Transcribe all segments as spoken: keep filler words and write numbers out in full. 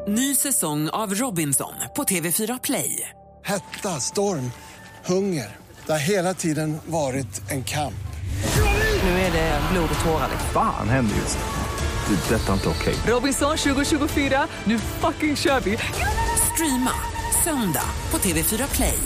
Ny säsong av Robinson på T V fyra Play. Hetta, storm, hunger. Det har hela tiden varit en kamp. Nu är det blod och tårar. Fan händer just det. Det är detta inte okej. Robinson tjugo tjugofyra, nu fucking kör vi. Streama söndag på T V fyra Play.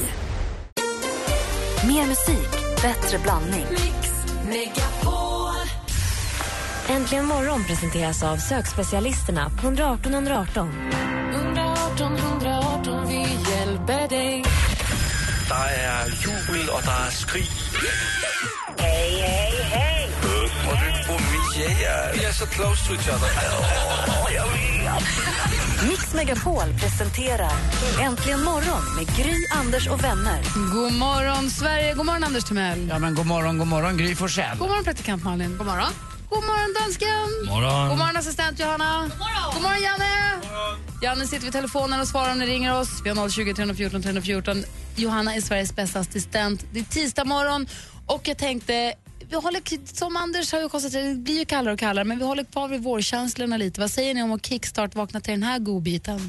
Mer musik, bättre blandning. Mix Megapol. Äntligen morgon presenteras av sökspecialisterna på ett ett åtta ett ett åtta. ett åtta ett ett åtta, vi hjälper dig. Der er jubel, og der er skrig. Hej, hej, hej. Og det på mig. Vi er så close to each other. Mix Megapol presenterar Äntligen morgon med Gry, Anders och vänner. God morgon Sverige, god morgon Anders Timell. Ja men god morgon, god morgon Gry Forssell. God morgon praktikant Malin. God morgon. God morgon dansken. Morgon. God morgon assistent Johanna. God morgon. God morgon Janne. God morgon. Janne sitter vid telefonen och svarar om ni ringer oss. Vi har noll tjugo, tre fjorton, tre fjorton. Johanna är Sveriges bästa assistent. Det är tisdag morgon och jag tänkte, vi håller, som Anders har ju konstaterat, det blir ju kallare och kallare, men vi håller kvar vid vårkänslorna lite. Vad säger ni om att kickstart vakna till den här godbiten?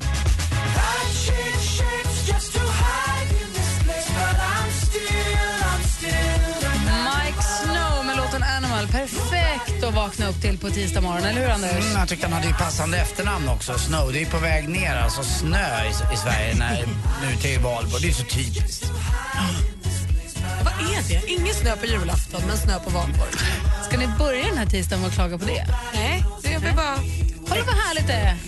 Mike Snow med låten Animal. Perfekt att vakna upp till på tisdag morgon, eller hur Anders? Mm, jag tyckte han hade ju passande efternamn också. Snow, det är på väg ner, alltså snö i, i Sverige när, nu till valborg. Det är så typiskt. Vad är det? Ingen snö på julafton, men snö på valborg. Ska ni börja den här tisdagen med att klaga på det? Nej, det är vi bara... Kolla vad härligt det är.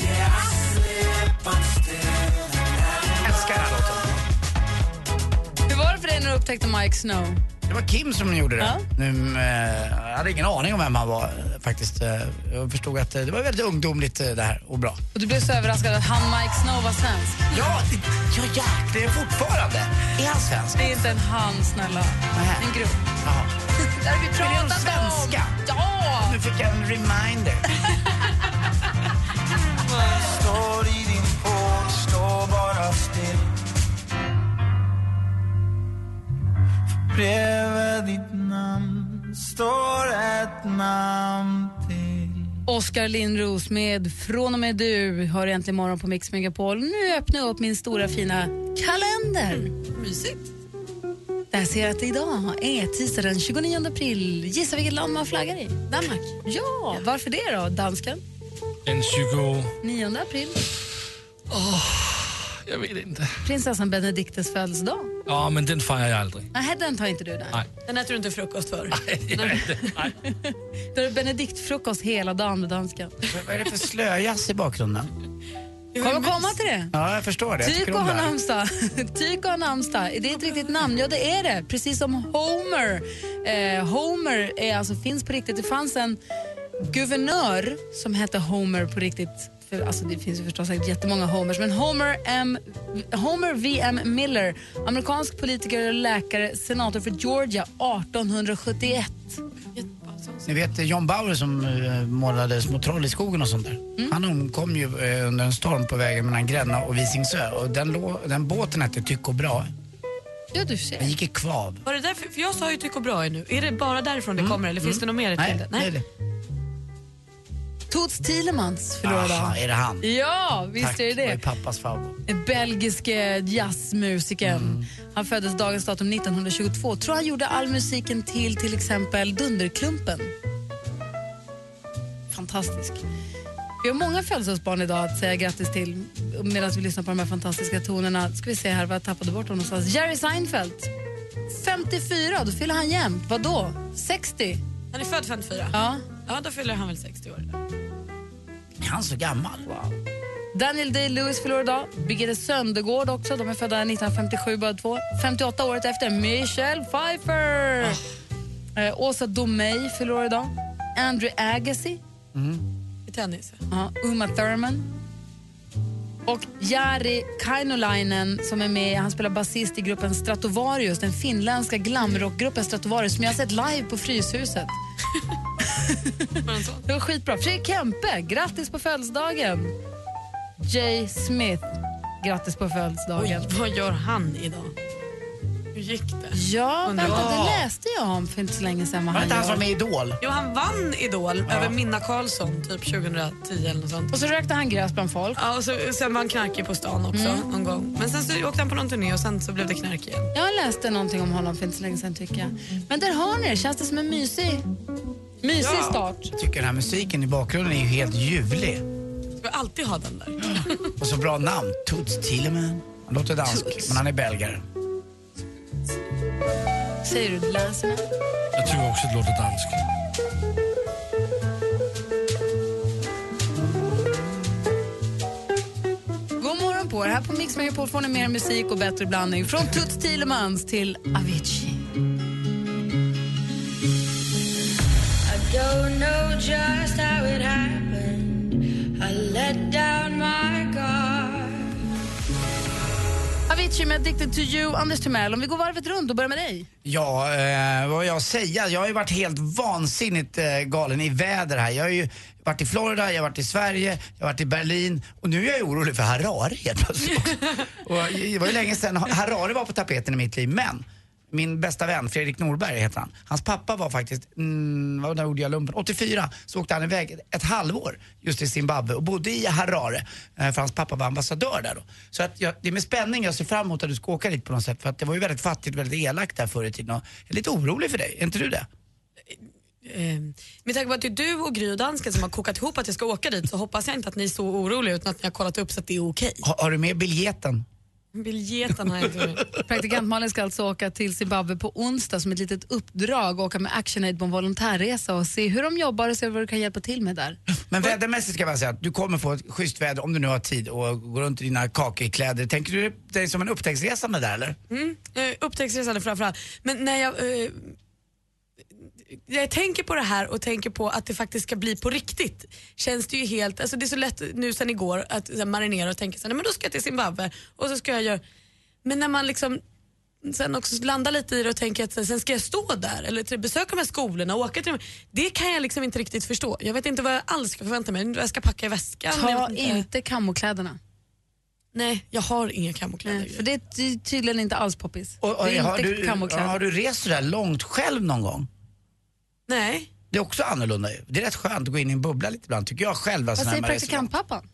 Älskar den här låten. Hur var det för dig när du upptäckte Mike Snow? Det var Kim som gjorde det. Ja. Nu, eh, jag hade ingen aning om vem han var eh, faktiskt. Eh, jag förstod att eh, det var väldigt ungdomligt eh, det här och bra. Och du blev så överraskad att han Mike Snow var svensk? Ja, det, ja jäklar, fortfarande. Är han svensk? Det är inte en han, snälla. Nähä. En grupp. Jaha. Där har vi pratat om. Svenska. Ja! Nu fick jag en reminder. Står i din port, står bara still. Bredvid ditt namn står ett namn till. Oskar Lindros med Från och med du hör äntligen morgon på Mix Megapol. Nu öppnar jag upp min stora fina kalender. Mysigt. Där ser jag att idag är tisdag den tjugonionde april. Gissa vilket land man flaggar i? Danmark. Ja, varför det då, dansken? Den tjugonionde april. Åh, oh, jag vet inte. Prinsessan Benediktes födelsedag. Ja, men den firar jag aldrig. Nej, den tar inte du där. Nej. Den äter du inte frukost för. Nej, nej, nej. Då är det Benediktfrukost hela dagen med dansken. Vad är det för slöjas i bakgrunden? Kommer komma till det. Ja, jag förstår det. Tyko har namnsdag. Tyko har namnsdag. Är det ett riktigt namn? Ja, det är det. Precis som Homer. Eh, Homer är alltså, finns på riktigt. Det fanns en guvernör som hette Homer på riktigt. För, alltså, det finns ju förstås säkert jättemånga Homers. Men Homer, M, Homer V M Miller, amerikansk politiker och läkare, senator för Georgia, arton sjuttioett. Ni vet John Bauer som uh, målade små troll i skogen och sånt där. Mm. Han omkom ju uh, under en storm på vägen mellan Gränna och Visingsö. Och den, lo- den båten hette Tycho Brahe. Ja, du ser. Den gick i kvav. Var det därför, för jag sa ju Tycho Brahe nu. Är det bara därifrån mm. det kommer eller mm. finns det något mer Nej, till det? Nej, det är det. Toots Thielemans förlorar Aha, är det han? Ja, visst Tack, är det det. det var pappas farbror. En belgiske jazzmusikern. Mm. Han föddes dagens datum nittonhundratjugotvå. Tror han gjorde all musiken till till exempel Dunderklumpen. Fantastisk. Vi har många födelsedagsbarn idag att säga grattis till medan vi lyssnar på de här fantastiska tonerna. Ska vi se här vad jag tappade bort honom någonstans. Jerry Seinfeld. femtiofyra, då fyller han jämnt. Vad då? sextio? Han är född femtiofyra? Ja. Ja, då fyller han väl sextio år. Är han så gammal? Wow. Daniel Day-Lewis förlorar idag. Birgitte Söndergård också. De är födda nittonhundrafemtiosju båda två. femtioåtta året efter Michelle Pfeiffer. Oh. Eh, Åsa Domey förlorar idag. Andrew Agassi. Mm. I tennis. Ja, Uma Thurman. Och Jari Kainulainen som är med, han spelar basist i gruppen Stratovarius, den finländska glamrockgruppen Stratovarius som jag har sett live på Fryshuset. Det var skitbra. Fredrik Kempe, grattis på födelsedagen. Jay Smith, grattis på födelsedagen. Oj, vad gör han idag? gick det? Ja, Undrar- vänta, det Ja. läste jag om för inte så länge sedan. Vad Var han inte han gör. som är Idol? Jo, han vann Idol Ja. över Minna Karlsson typ tjugohundratio eller något sånt. Och så rökte han gräs bland folk. Ja, och så, sen var han knarkig på stan också Mm. någon gång. Men sen så åkte han på någon turné och sen så blev det knark igen. Jag läste någonting om honom för inte så länge sedan tycker jag. Men där har ni det. Känns det som en mysig, mysig Ja. start? Jag tycker den här musiken i bakgrunden är ju helt ljuvlig. Ska alltid ha den där. Och så bra namn, Toots Thielemans. Han låter dansk, Toots. men han är belgare. Säger du läserna? Jag tycker också det låter dansk. God morgon på er. Här på Mix Megapol får ni mer musik och bättre blandning. Från Toots Thielemans till Avicii. I don't know just how it happened. I let down my guard. Avicii med Addicted to you, Anders Timell. Om vi går varvet runt och börjar med dig. Ja, eh, vad jag säger, jag har ju varit helt vansinnigt eh, galen i väder här. Jag har ju varit i Florida, jag har varit i Sverige, jag har varit i Berlin och nu är jag orolig för Harare helt plötsligt också. Och det var ju länge sedan Harare var på tapeten i mitt liv, men min bästa vän, Fredrik Norberg heter han. Hans pappa var faktiskt, mm, vad gjorde jag lumpen? åttiofyra så åkte han iväg ett halvår just i Zimbabwe och bodde i Harare. eh, För hans pappa var ambassadör där då. Så att jag, det är med spänning jag ser fram emot att du ska åka dit på något sätt. För att det var ju väldigt fattigt, väldigt elakt där förr i tiden. Och jag är lite orolig för dig, är inte du det? Eh, med tanke på att det är du och Gry och dansken som har kokat ihop att jag ska åka dit så hoppas jag inte att ni är så oroliga utan att ni har kollat upp så att det är okej. Har, har du med biljetten? Biljetten har jag inte med. Praktikant Malin ska alltså åka till Zimbabwe på onsdag som ett litet uppdrag. Åka med ActionAid på en volontärresa och se hur de jobbar och se vad du kan hjälpa till med där. Men vädermässigt ska man säga att du kommer få ett schysst väder om du nu har tid och går runt i dina kakekläder. Tänker du dig som en upptäcktsresande där eller? Mm, eh, upptäcktsresande framförallt. Men när jag, eh, jag tänker på det här och tänker på att det faktiskt ska bli på riktigt. Känns det ju helt, alltså det är så lätt nu sen igår att så här, marinera och tänka så här, men då ska jag till Zimbabwe och så ska jag göra. Men när man liksom sen också landar lite i det och tänker att sen ska jag stå där eller till besöka de här skolorna och åka till dem. Det kan jag liksom inte riktigt förstå. Jag vet inte vad jag alls ska förvänta mig. Jag ska packa i väskan. Ta jag vet inte. inte kamokläderna. Nej, jag har inga kamokläder. Nej, för det är ty- tydligen inte alls poppis. Och, och, det är har, inte du, kamokläder. har du rest så där långt själv någon gång? Nej. Det är också annorlunda ju. Det är rätt skönt att gå in i en bubbla lite ibland tycker jag själv. Alltså, Vad säger när man reser långt. praktikantpappan?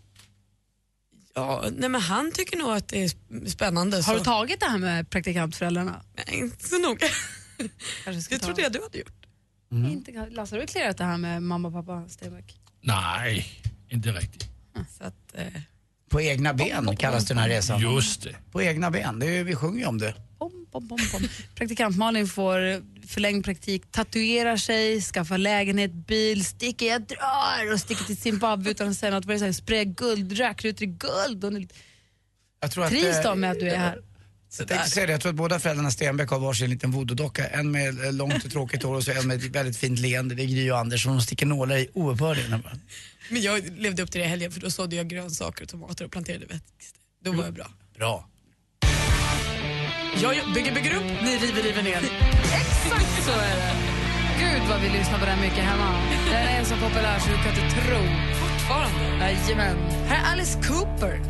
Ja, nej men han tycker nog att det är sp- spännande. Har så. du tagit det här med praktikantföräldrarna? Nej, inte så noga. Kanske ska Det ta. trodde jag du hade gjort. Mm. Inte, Lasse, har du klarat det här med mamma och pappa Stenbeck? Nej, inte riktigt. Så att, eh, På egna ben kallas den här resan. Just det. På egna ben, det är, vi sjunger ju om det. Bom, bom, bom, bom. Praktikant Malin får förlängd praktik, tatuerar sig, skaffar lägenhet, bil, sticker, jag drar och sticker till Zimbabwe utan att säga något. Vad är det så här, spraya guld, rökrutor i guld. Och Jag tror att, trivs eh, de med att du är här? Jag tänkte säga det, jag tror att båda föräldrarna Stenbeck har varsin liten voodoo-docka. En med eh, långt och tråkigt hår och så en med ett väldigt fint leende. Det är Gry och Anders som de sticker nålar i oupphörligen. men jag levde upp till det i helgen för då sådde jag grönsaker och tomater och planterade växter. Då var jag bra. Bra. Jag bygger, bygger upp, ni river, river ner. Exakt så är det. Gud vad vi lyssnar på den mycket hemma. Den är så populär så du kan inte tro. Fortfarande. Jajamän. Här är Alice Cooper.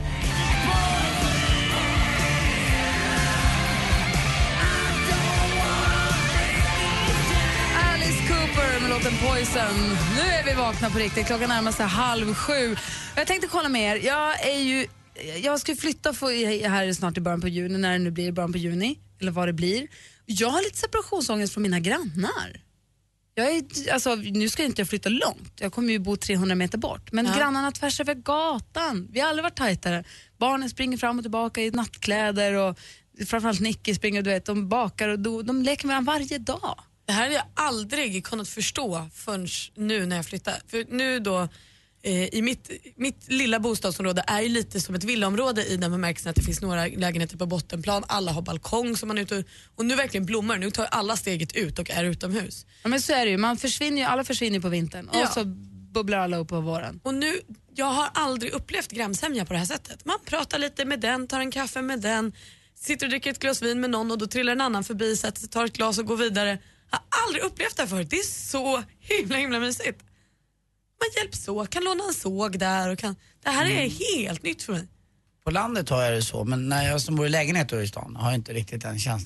Alice Cooper med låten Poison. Nu är vi vakna på riktigt. Klockan närmar sig halv sju. Jag tänkte kolla med er. Jag är ju... Jag ska flytta för, här snart i början på juni, när det nu blir i början på juni, eller vad det blir. Jag har lite separationsångest från mina grannar. Jag är, alltså, nu ska inte jag flytta långt. Jag kommer ju bo trehundra meter bort. Men Ja. grannarna tvärs över gatan. Vi har aldrig varit tajtare. Barnen springer fram och tillbaka i nattkläder och framförallt Nicky springer, du vet, de bakar och de, de leker med varandra varje dag. Det här har jag aldrig kunnat förstå förrän nu när jag flyttar. För nu då, eh, i mitt, mitt lilla bostadsområde är ju lite som ett villaområde i den bemärkelsen att det finns några lägenheter på bottenplan, alla har balkong som man är ute och, och nu verkligen blommar, nu tar alla steget ut och är utomhus. Ja, men så är det ju, man försvinner ju, alla försvinner ju på vintern och Ja. så bubblar alla upp på våren. Och nu, jag har aldrig upplevt grannsämja på det här sättet. Man pratar lite med den, tar en kaffe med den, sitter och dricker ett glas vin med någon och då trillar en annan förbi, sätter, tar ett glas och går vidare. Jag har aldrig upplevt det här förut. Det är så himla himla mysigt. Man hjälps åt, kan låna en såg där och kan... Det här är Mm. helt nytt för mig. På landet har jag det så, men när jag som bor i lägenhet då i stan har jag inte riktigt den känslan.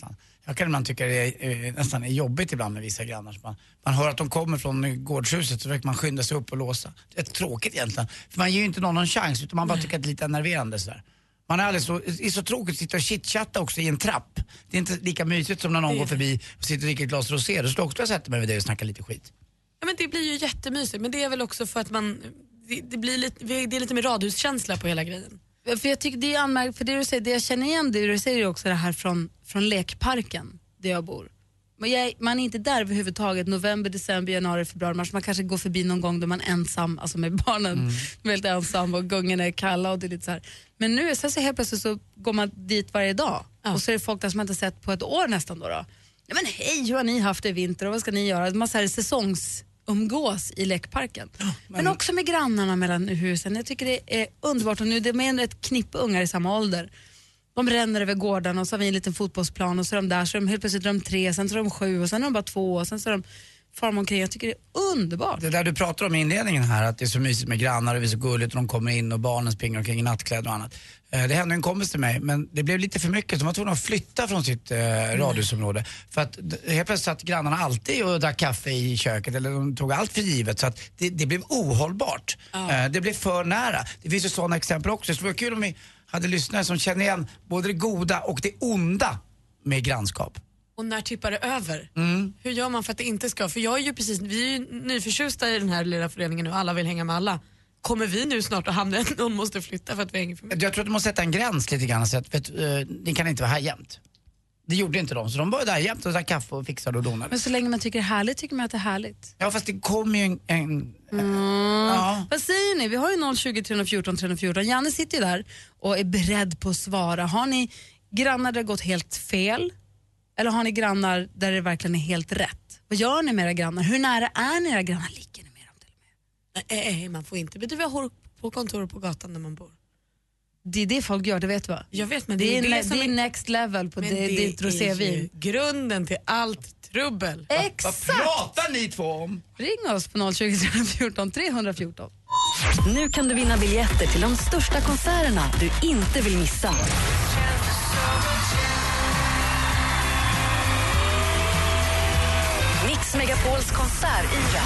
Jag kan ibland tycka det är, eh, nästan är jobbigt ibland med vissa grannar. Så man, man hör att de kommer från gårdshuset så försöker man skynda sig upp och låsa. Det är tråkigt egentligen. För man ger ju inte någon någon chans utan man bara tycker att det är lite enerverande sådär. Man är alldeles så, det är så tråkigt att sitta och chitchatta också i en trapp. Det är inte lika mysigt som när någon går förbi och sitter och dricker ett glas rosé. Då skulle också jag sätta mig vid det och snacka lite skit. Ja, men det blir ju jättemysigt, men det är väl också för att man, det, det blir lite, det är lite mer radhuskänsla på hela grejen. För jag tycker det är anmärkt, för det du säger, det jag känner igen det du säger är också det här från, från lekparken där jag bor. Men jag, man är inte där överhuvudtaget november, december, januari, februari, mars. Man kanske går förbi någon gång då man är ensam, alltså med barnen, mm. väldigt ensam och gångerna är kalla och det är lite så här. Men nu så, så helt plötsligt så går man dit varje dag ja. Och så är det folk där som man inte sett på ett år nästan då. då. Ja, men hej, hur har ni haft det i vinter och vad ska ni göra? Man så här säsongs umgås i lekparken. Men... men också med grannarna mellan husen. Jag tycker det är underbart och nu det är med ett knipp ungar i samma ålder. De ränner över gården och så har vi en liten fotbollsplan och så är de där så är de helt plötsligt är de tre, sen så är de sju och sen är de bara två och sen så är de farm omkring. Jag tycker det är underbart. Det där du pratar om i inledningen här, att det är så mysigt med grannar och det är så gulligt och de kommer in och barnen springer omkring i nattkläder och annat. Det hände en kompis till mig, men det blev lite för mycket så man tvungen att flytta från sitt eh, radhusområde. För att helt plötsligt satt grannarna alltid och drack kaffe i köket eller de tog allt för givet så att det, det blev ohållbart. Ja. Eh, det blev för nära. Det finns ju sådana exempel också. Det skulle vara kul om vi hade lyssnare som känner igen både det goda och det onda med grannskap. Och när tippar det över? Mm. Hur gör man för att det inte ska? För jag är ju precis, vi är ju nyförtjusta i den här lilla föreningen nu, alla vill hänga med alla. Kommer vi nu snart att hamna att någon måste flytta för att vi hänger för mycket? Jag tror att du måste sätta en gräns lite grann så att vet, uh, ni kan inte vara här jämt. Det gjorde inte de, så de var där jämt och drack kaffe och fixade och donade. Men så länge man tycker det är härligt tycker man att det är härligt. Ja, fast det kommer ju en... en mm. ja. Vad säger ni? Vi har ju noll tjugo, tre fjorton, tre fjorton. Janne sitter ju där och är beredd på att svara. Har ni grannar där det gått helt fel? Eller har ni grannar där det verkligen är helt rätt? Vad gör ni med era grannar? Hur nära är ni era grannar? Ligger ni med dem till och med? Nej, man får inte bedriva hår på kontor på gatan där man bor. Det är det folk gör, det vet du va? Jag vet, men det, det är, är, det det som är next level på det, det ditt rosévin. Grunden till allt trubbel. Exakt! Vad pratar ni två om? Ring oss på noll tjugo, tre fjorton, tre fjorton. Nu kan du vinna biljetter till de största konserterna du inte vill missa. Mix Megapols konsertyra.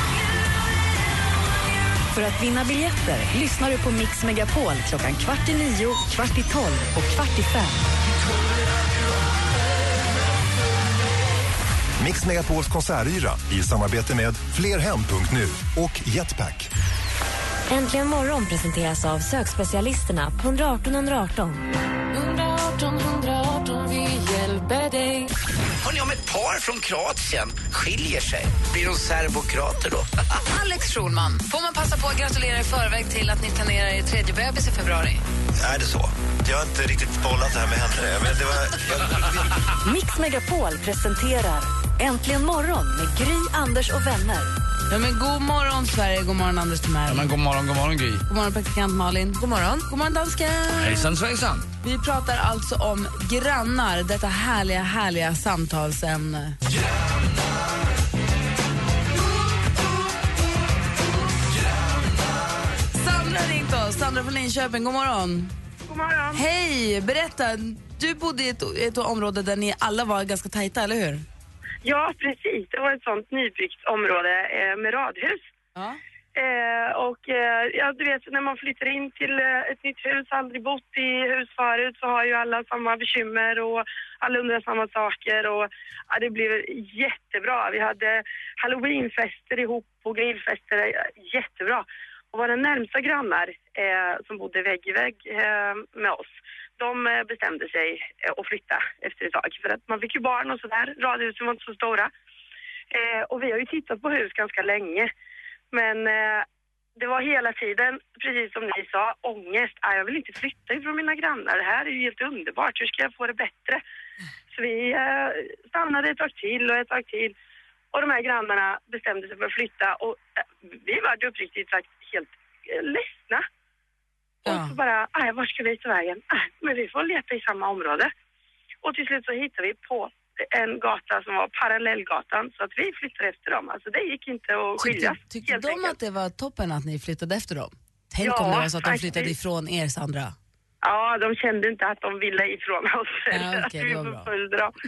För att vinna biljetter lyssnar du på Mix Megapol klockan kvart i nio, kvart i tolv och kvart i fem. Mix Megapols konsertyra i samarbete med flerhem punkt nu och Jetpack. Äntligen morgon presenteras av sökspecialisterna på ett ett åtta ett ett åtta. ett ett åtta, vi hjälper dig. Hörrni, om ett par från Kroatien skiljer sig, blir de serbokrater då? Alex Schulman, får man passa på att gratulera i förväg till att ni planerar er tredje bebis i februari? Är det så? Jag har inte riktigt bollat det här med henne. Men det var... Mix Megapol presenterar Äntligen morgon med Gry, Anders och vänner. Ja, men god morgon Sverige, god morgon Anders Timell. Ja, men god morgon, god morgon Gry. God morgon praktikant Malin. God morgon. God morgon dansken. Hejsan svejsan. Vi pratar alltså om grannar, detta härliga, härliga samtalsämne. Sandra har ringt oss. Sandra från Linköping, god morgon. God morgon. Hej, berätta. Du bodde i ett, ett område där ni alla var ganska tajta, eller hur? Ja, precis. Det var ett sånt nybyggt område eh, med radhus. Ja. Eh, och eh, ja, du vet, när man flyttar in till eh, ett nytt hus, aldrig bott i hus förut, så har ju alla samma bekymmer och alla undrar samma saker. Och ja, det blev jättebra. Vi hade halloweenfester ihop och grillfester. Jättebra. Och våra närmsta grannar eh, som bodde vägg i vägg eh, med oss, de bestämde sig att flytta efter ett tag. För att man fick ju barn och sådär. Radhusen var inte så stora. Eh, och vi har ju tittat på hus ganska länge. Men eh, det var hela tiden, precis som ni sa, ångest. Ah, jag vill inte flytta ifrån mina grannar. Det här är ju helt underbart. Hur ska jag få det bättre? Så vi eh, stannade ett tag till och ett tag till. Och de här grannarna bestämde sig för att flytta. Och eh, vi var uppriktigt sagt helt eh, ledsna. Och så bara, aj, var ska vi ta vägen? Aj, men vi får leta i samma område. Och till slut så hittade vi på en gata som var parallellgatan, så att vi flyttade efter dem. Alltså det gick inte att skiljas. Tyckte, tyckte de enkelt att det var toppen att ni flyttade efter dem? Tänk ja, om det var så att de flyttade faktiskt ifrån er, Sandra. Ja, de kände inte att de ville ifrån oss. Ja, okay, det var bra.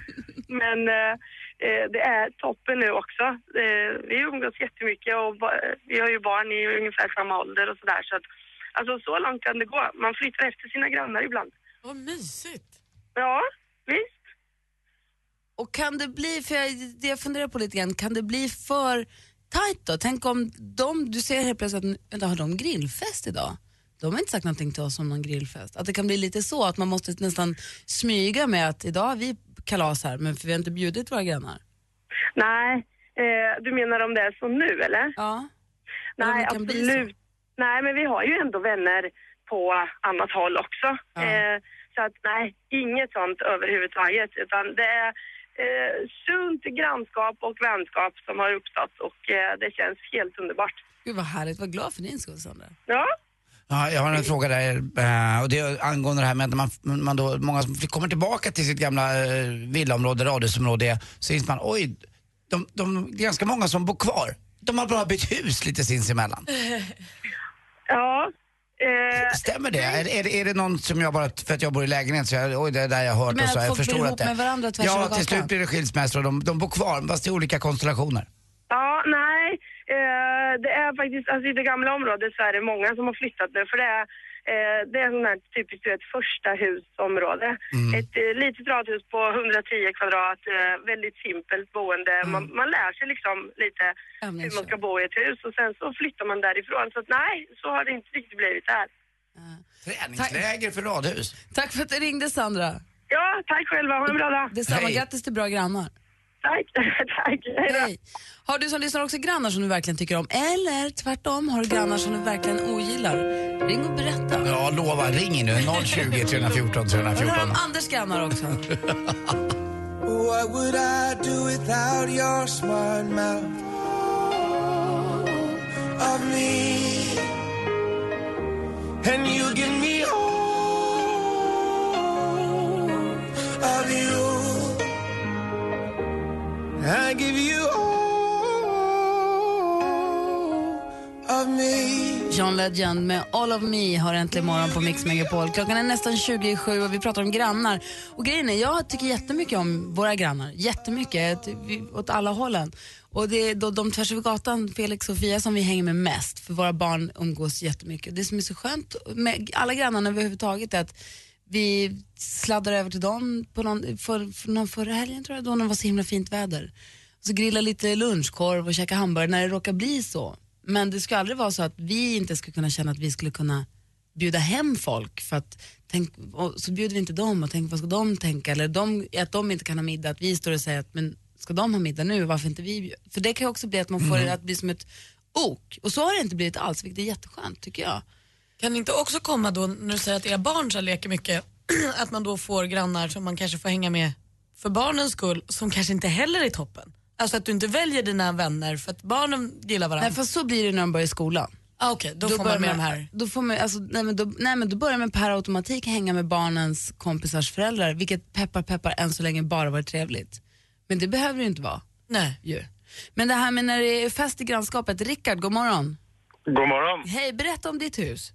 Men eh, det är toppen nu också. Eh, vi umgås jättemycket och ba- vi har ju barn i ungefär samma ålder och sådär. Så att, alltså så långt kan det gå. Man flyttar efter sina grannar ibland. Vad mysigt. Ja, visst. Och kan det bli, för jag, det jag funderar på lite grann, kan det bli för tajt då? Tänk om de, du ser helt plötsligt att, vänta, har de grillfest idag? De har inte sagt någonting till oss om någon grillfest. Att det kan bli lite så att man måste nästan smyga med att idag har vi kalas här, men för vi har inte bjudit våra grannar. Nej, eh, du menar om det är så nu eller? Ja. Nej, absolut. Nej, men vi har ju ändå vänner på annat håll också. Ja. Eh, så att nej, inget sånt överhuvudtaget. Utan det är eh, sunt grannskap och vänskap som har uppstått och eh, det känns helt underbart. Gud vad härligt, vad glad för din skull, Sandra. Ja. Ja, jag har en fråga där eh, och det är angående det här med att man, man då, många som kommer tillbaka till sitt gamla eh, villaområde, radhusområde, så inser man, oj, de, de, det är ganska många som bor kvar. De har bara bytt hus lite sinsemellan. Ja. Eh, Stämmer det? Är, är, det? är det någon som jag bara, för att jag bor i lägenhet så jag, oj det är där jag har hört och så, jag förstår att det. Med varandra tvärs ja, över till gatan. slut blir det skilsmässor och de, de bor kvar, fast i olika konstellationer. Ja, nej. Eh, det är faktiskt, alltså i det gamla området så är det många som har flyttat nu. För det är, eh, det är sån här typiskt ett första husområde. Mm. Ett eh, litet radhus på hundratio kvadrat, eh, väldigt simpelt boende. Mm. Man, man lär sig liksom lite ja, hur man ska bo i ett hus och sen så flyttar man därifrån. Så att, nej, så har det inte riktigt blivit här. Uh. Träningsläger för radhus. Tack för att du ringde, Sandra. Ja, tack själva. Ha en bra dag. Detsamma, grattis till bra grannar. Tack, tack. Hej. Har du som lyssnar också grannar som du verkligen tycker om? Eller tvärtom, har du grannar som du verkligen ogillar? Ring och berätta. Ja, lova, ring nu. noll tjugo, tre fjorton, tre fjorton. Har de Anders grannar också? What would I do without your smart mouth of me? And you give me all of you. I give you all of me. John Legend med All of Me har äntligen morgon på Mix Megapol. Klockan är nästan tjugo i sju och vi pratar om grannar. Och grejen är, jag tycker jättemycket om våra grannar. Jättemycket, åt alla hållen. Och det är då de tvärs över gatan, Felix och Fia, som vi hänger med mest. För våra barn umgås jättemycket. Det som är så skönt med alla grannarna överhuvudtaget är att vi sladdar över till dem på någon, för, för någon förra helgen tror jag, då när det var så himla fint väder. Så grilla lite lunchkorv och käka hamburgare när det råkar bli så. Men det ska aldrig vara så att vi inte ska kunna känna att vi skulle kunna bjuda hem folk. För att tänk, och så bjuder vi inte dem och tänk vad ska de tänka. Eller de, att de inte kan ha middag, att vi står och säger att men ska de ha middag nu, varför inte vi? För det kan ju också bli att man får mm. det att bli som ett ok. Och så har det inte blivit alls, vilket är jätteskönt tycker jag. Kan det inte också komma då, när du säger att era barn så leker mycket, att man då får grannar som man kanske får hänga med för barnens skull, som kanske inte heller är toppen? Alltså att du inte väljer dina vänner för att barnen gillar varandra. Nej, för så blir det när de börjar i skolan. Ah, Okej, okay. då, då får man med de här. Då får man, alltså, nej, men då, nej men då börjar man per automatik hänga med barnens kompisars föräldrar, vilket peppar peppar än så länge bara var trevligt. Men det behöver det inte vara. Nej. Ju. Men det här med när det är fest i grannskapet. Rickard, god morgon. God morgon. Hej, berätta om ditt hus.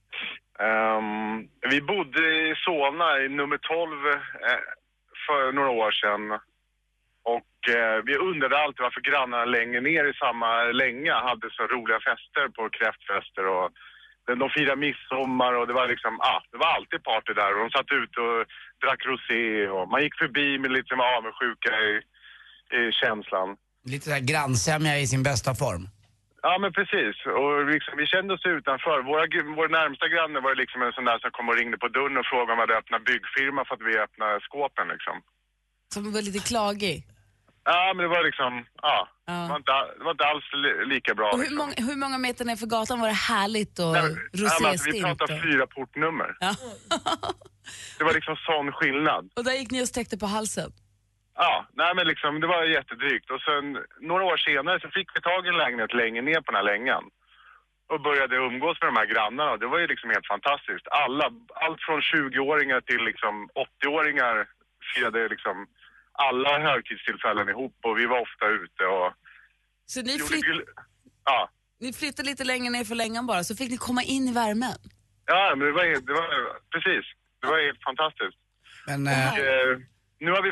Um, vi bodde i Solna i nummer tolv eh, för några år sedan. Och eh, vi undrade alltid varför grannarna längre ner i samma länga hade så roliga fester på kräftfester. Och de, de firade midsommar och det var liksom, ah, det var alltid party där. Och de satt ute och drack rosé och man gick förbi med lite som avundsjuka i, i känslan. Lite där grannsämja i sin bästa form. Ja, men precis. Och liksom, vi kände oss utanför. Våra, vår närmsta granne var liksom en sån där som kom och ringde på dörren och frågade om vi hade öppnat byggfirma för att vi öppnade skåpen liksom. Som var lite klagig? Ja, men det var liksom, ja. ja. Det, var inte, det var inte alls li, lika bra. Och hur, liksom. många, hur många meter ner för gatan var det härligt och roséstint? Ja, alltså, vi pratade fyra portnummer. Ja. Det var liksom sån skillnad. Och där gick ni och sträckte på halsen? Ja, nej men liksom, det var jättedrygt. Och sen några år senare så fick vi tag i en lägenhet längre ner på den här längan. Och började umgås med de här grannarna. Det var ju liksom helt fantastiskt. Alla, allt från tjugo-åringar till liksom åttio-åringar firade liksom alla högtidstillfällen ihop. Och vi var ofta ute och... Så ni, flytt... ja. ni flyttade lite längre ner för längan bara, så fick ni komma in i värmen? Ja, men det var, det var precis. Det var helt fantastiskt. Men... Och, äh... eh, nu har vi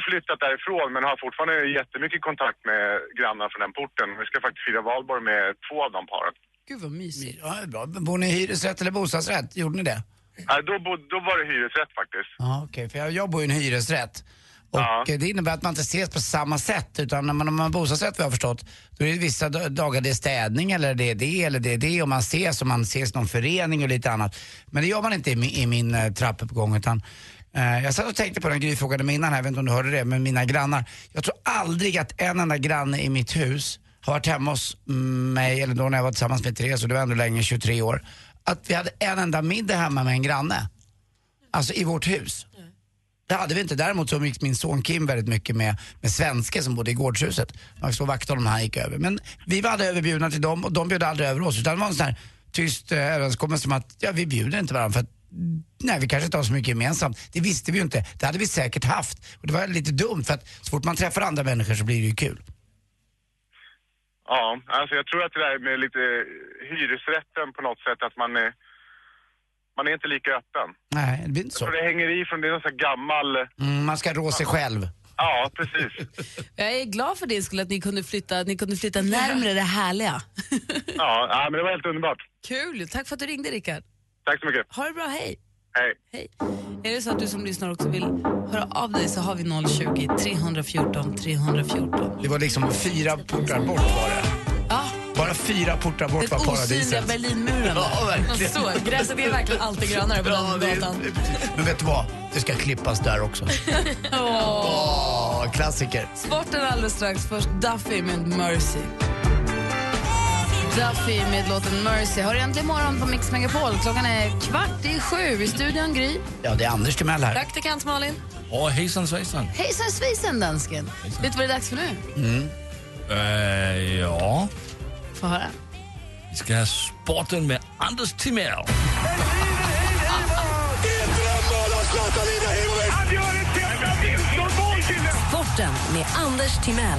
flyttat därifrån men har fortfarande jättemycket kontakt med grannar från den porten. Vi ska faktiskt fira valborg med två av de paren. Gud vad mysigt. Ja, bra. Bor ni i hyresrätt eller bostadsrätt? Gjorde ni det? Ja, då, då var det hyresrätt faktiskt. Ja, okej. Okay. För jag, jag bor i en hyresrätt. Och ja. Det innebär att man inte ses på samma sätt. Utan när man, när man har bostadsrätt, vad jag har förstått, då är det vissa dagar det är städning eller det är det eller det är det. Och man ses och man ses någon förening och lite annat. Men det gör man inte i min, i min uh, trappuppgång utan... Uh, jag satt och tänkte på den Gry frågade mig innan, jag vet inte om du hörde det, med mina grannar. Jag tror aldrig att en enda granne i mitt hus har varit hemma hos mig, eller då när jag var tillsammans med Therese, och det var ändå länge, tjugotre år. Att vi hade en enda middag hemma med en granne. Alltså i vårt hus. Det hade vi inte. Däremot så gick min son Kim väldigt mycket med, med svenskar som bodde i gårdshuset. Man så vaktade honom när han gick över. Men vi var aldrig överbjudna till dem och de bjöd aldrig över oss. Utan det var en sån här tyst eh, överenskommelse om att ja, vi bjuder inte varandra för att nej, vi kanske inte har så mycket gemensamt. Det visste vi ju inte. Det hade vi säkert haft. Och det var lite dumt för att så fort man träffar andra människor så blir det ju kul. Ja, alltså jag tror att det där med lite hyresrätten på något sätt att man är, man är inte lika öppen. Nej, det blir inte så. Jag tror det hänger i från det är någon sån här gammal... Mm, man ska rå sig själv. Ja, precis. Jag är glad för det skulle att ni kunde flytta, att ni kunde flytta närmare det härliga. Ja, ja, men det var helt underbart. Kul, tack för att du ringde Rickard. Tack så mycket. Ha det bra, hej. Hej. Hej. Är det så att du som lyssnar också vill höra av dig så har vi noll tjugo, tre fjorton, tre fjorton. Det var liksom fyra portar bort var det. Ja. Bara fyra portar bort det var paradiset. Den osynliga Berlinmuren. Ja, verkligen. Så, gräset är verkligen alltid grönare på ja, den gatan. Men vet du vad? Det ska klippas där också. Åh, oh. oh, klassiker. Sporten alldeles strax. Först Duffy med Mercy. Duffy med låten Mercy. Har du äntligen morgon på Mix Megapol? Klockan är kvart i sju i studion, Gry. Ja, det är Anders Timell här. Praktikant Malin. Åh, oh, hejsan svejsan. Hejsan svejsan, dansken. Hejsan. Vet du vad det är dags för nu? Mm. Uh, ja. Få höra. Vi ska ha sporten med Anders Timell. Sporten med Anders Timell.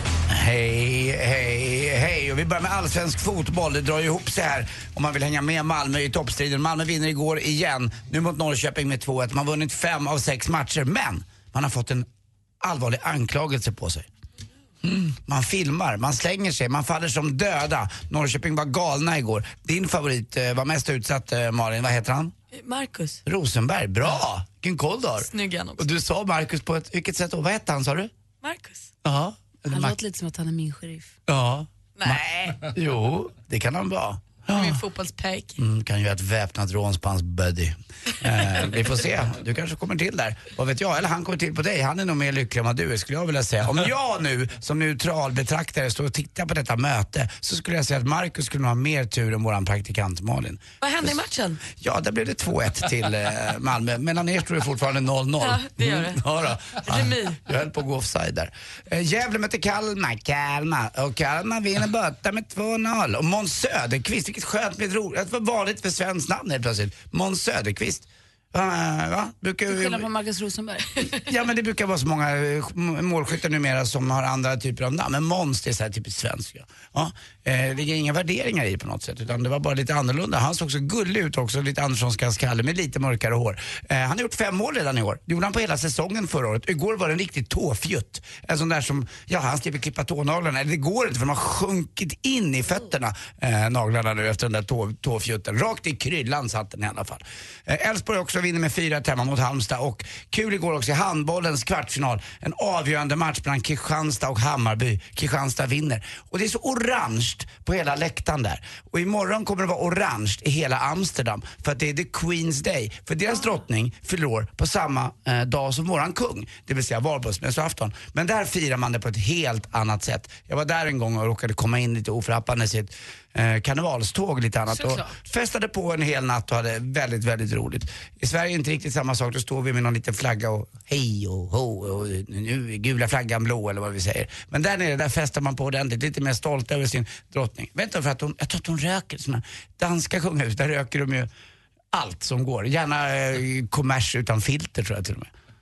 Hej, hej, hej. Och vi börjar med allsvensk fotboll. Det drar ju ihop sig här om man vill hänga med Malmö i toppstriden. Malmö vinner igår igen. Nu mot Norrköping med två ett. Man har vunnit fem av sex matcher. Men man har fått en allvarlig anklagelse på sig. Mm. Man filmar, man slänger sig, man faller som döda. Norrköping var galna igår. Din favorit eh, var mest utsatt, eh, Malin. Vad heter han? Marcus Rosenberg, bra. Vilken koll då. Snygg han också. Och du sa Marcus på ett, vilket sätt? Och vad hette han, sa du? Marcus. Ja. Han Mar- låter lite som att han är min sheriff. Ja. Nej. Ma- jo, det kan han vara. Ja. Min fotbollspejk. Mm, kan ju ha ett väpnat råns på hans buddy. Eh, vi får se. Du kanske kommer till där. Vad vet jag? Eller han kommer till på dig. Han är nog mer lycklig än vad du är, skulle jag vilja säga. Om jag nu som neutral betraktare står och tittar på detta möte så skulle jag säga att Marcus skulle ha mer tur än våran praktikant Malin. Vad hände i matchen? Ja, där blev det två ett till eh, Malmö. Mellan er står det fortfarande noll noll. Ja, det gör det. Mm, ja, då. Remi. Jag höll på att gå offside där. Eh, Gävle möter Kalmar. Kalmar. Och Kalmar vinner borta med två noll. Och Måns Söderqvist, vilket skönt med ro. Det var vanligt för svensk namn helt plötsligt. Måns Söderqvist. Uh, va? Brukar du skylla på Marcus Rosenberg? Ja, men det brukar vara så många målskyttar numera som har andra typer av namn. Men Måns, det är så här typiskt svensk. Ja. Ja, eh, det ligger inga värderingar i på något sätt, utan det var bara lite annorlunda. Han såg också gullig ut också, lite Anderssonska skalle med lite mörkare hår. Eh, han har gjort fem mål redan i år. Det gjorde han på hela säsongen förra året. Igår var det en riktig tåfjutt. En sån där som, ja, han slipper klippa tånaglarna. Det går inte för de har sjunkit in i fötterna, eh, naglarna nu efter den där tå, tåfjutten. Rakt i kryllan satt den i alla fall. Elfsborg eh, också vinner med fyra ett hemma mot Halmstad. Och kul igår också i handbollens kvartsfinal. En avgörande match bland Kristianstad och Hammarby. Kristianstad vinner. Och det är så orange på hela läktaren där. Och imorgon kommer det vara orange i hela Amsterdam. För att det är the Queen's Day. För deras drottning fyller år på samma eh, dag som våran kung. Det vill säga valborgsmässoafton. Men där firar man det på ett helt annat sätt. Jag var där en gång och råkade komma in lite oförhappande i sitt eh, karnevalståg lite annat. Och festade på en hel natt och hade väldigt, väldigt roligt. I Sverige är inte riktigt samma sak. Då står vi med någon liten flagga och hej och ho och nu är gula flaggan blå eller vad vi säger. Men där nere, där festar man på ordentligt. Lite mer stolt över sin drottning. Vänta, för att hon, jag tror att hon röker såna danska kunghus. Där röker de ju allt som går. Gärna eh, kommers utan filter, tror jag till och med.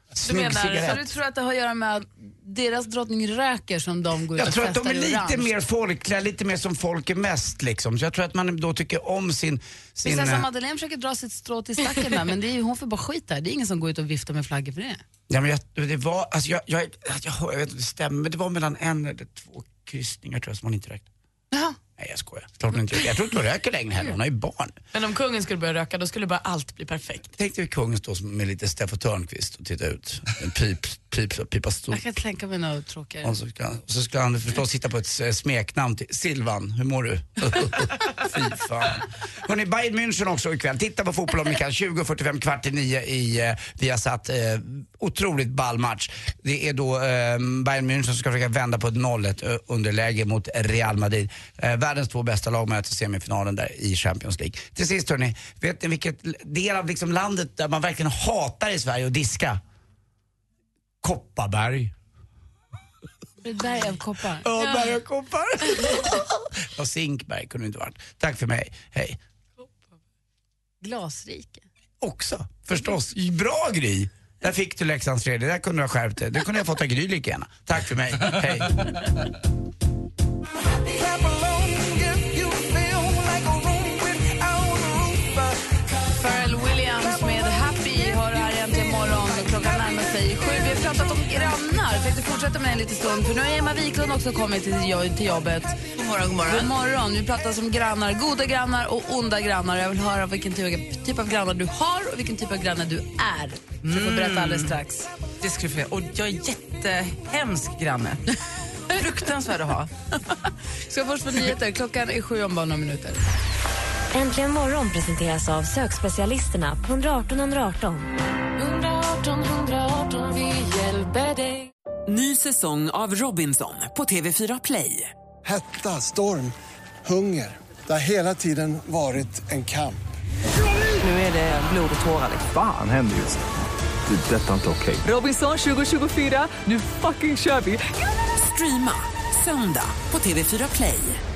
Du menar, så du tror att det har att göra med att deras drottning röker som de går ut jag och tror att de är lite orange. mer folkliga, lite mer som folk är mest liksom. Så jag tror att man då tycker om sin... sin Prinsessa Madeleine försöker dra sitt strå till stacken där, men det är ju, hon får bara skit där. Det är ingen som går ut och viftar med flaggor för det. Ja, men jag, det var, alltså jag, jag, jag, jag vet inte, det stämmer, men det var mellan en eller två kryssningar tror jag som man inte räknade. Jaha. Nej, jag skojar. Klart hon inte röker. Jag tror inte hon röker längre heller, hon har ju barn. Men om kungen skulle börja röka, då skulle bara allt bli perfekt. Tänkte vi kungen stå med lite Steffo Törnqvist och titta ut. En pip, pip, pipa stor. Jag kan tänka mig något tråkigare. Och så, ska, och så skulle han förstås sitta på ett eh, smeknamn till Silvan. Hur mår du? Fy fan. Hörrni, Bayern München också ikväll. Titta på fotboll om ni kan. tjugo fyrtiofem kvart i nio i eh, Viasat. Eh, otroligt ball match. Det är då eh, Bayern München som ska försöka vända på ett nollet eh, underläge mot Real Madrid. Eh, världens två bästa lag möter semifinalen där i Champions League. Till sist hörni, vet ni vilket del av liksom landet där man verkligen hatar i Sverige att diska? Kopparberg. Ett berg av koppar. Ja, ja. Berg av koppar. Och Zinkberg kunde inte varit. Tack för mig. Hej. Glasrike. Också, förstås. Bra Gry. Där fick du Leksands tre. Det där kunde du ha skärpt det. Det kunde jag fått av Gry lika gärna. Tack för mig. Hej. Pharrell Williams med Happy har här egentligen imorgon. Klockan närmar sig sju. Vi har pratat om grannar. Jag tänkte fortsätta med en liten stund. För nu har Emma Wiklund också kommit till, till jobbet. God morgon, god morgon. God morgon. Vi pratar om grannar. Goda grannar och onda grannar. Jag vill höra vilken typ av grannar du har och vilken typ av grannar du är. Så jag får berätta alldeles strax. Det ska du få. Och jag är jättehemsk granne. Fruktansvärd att ha. Ska först få nyheter. Klockan är sju om bara några minuter. Äntligen morgon presenteras av sökspecialisterna på ett ett åtta ett ett åtta. ett ett åtta ett ett åtta, vi hjälper dig. Ny säsong av Robinson på T V fyra Play. Hetta, storm, hunger. Det har hela tiden varit en kamp. Nu är det blod och tårar. Fan händer just det. Det är detta inte okej. Robinson tjugo tjugofyra, nu fucking kör vi. Streama söndag på T V fyra Play.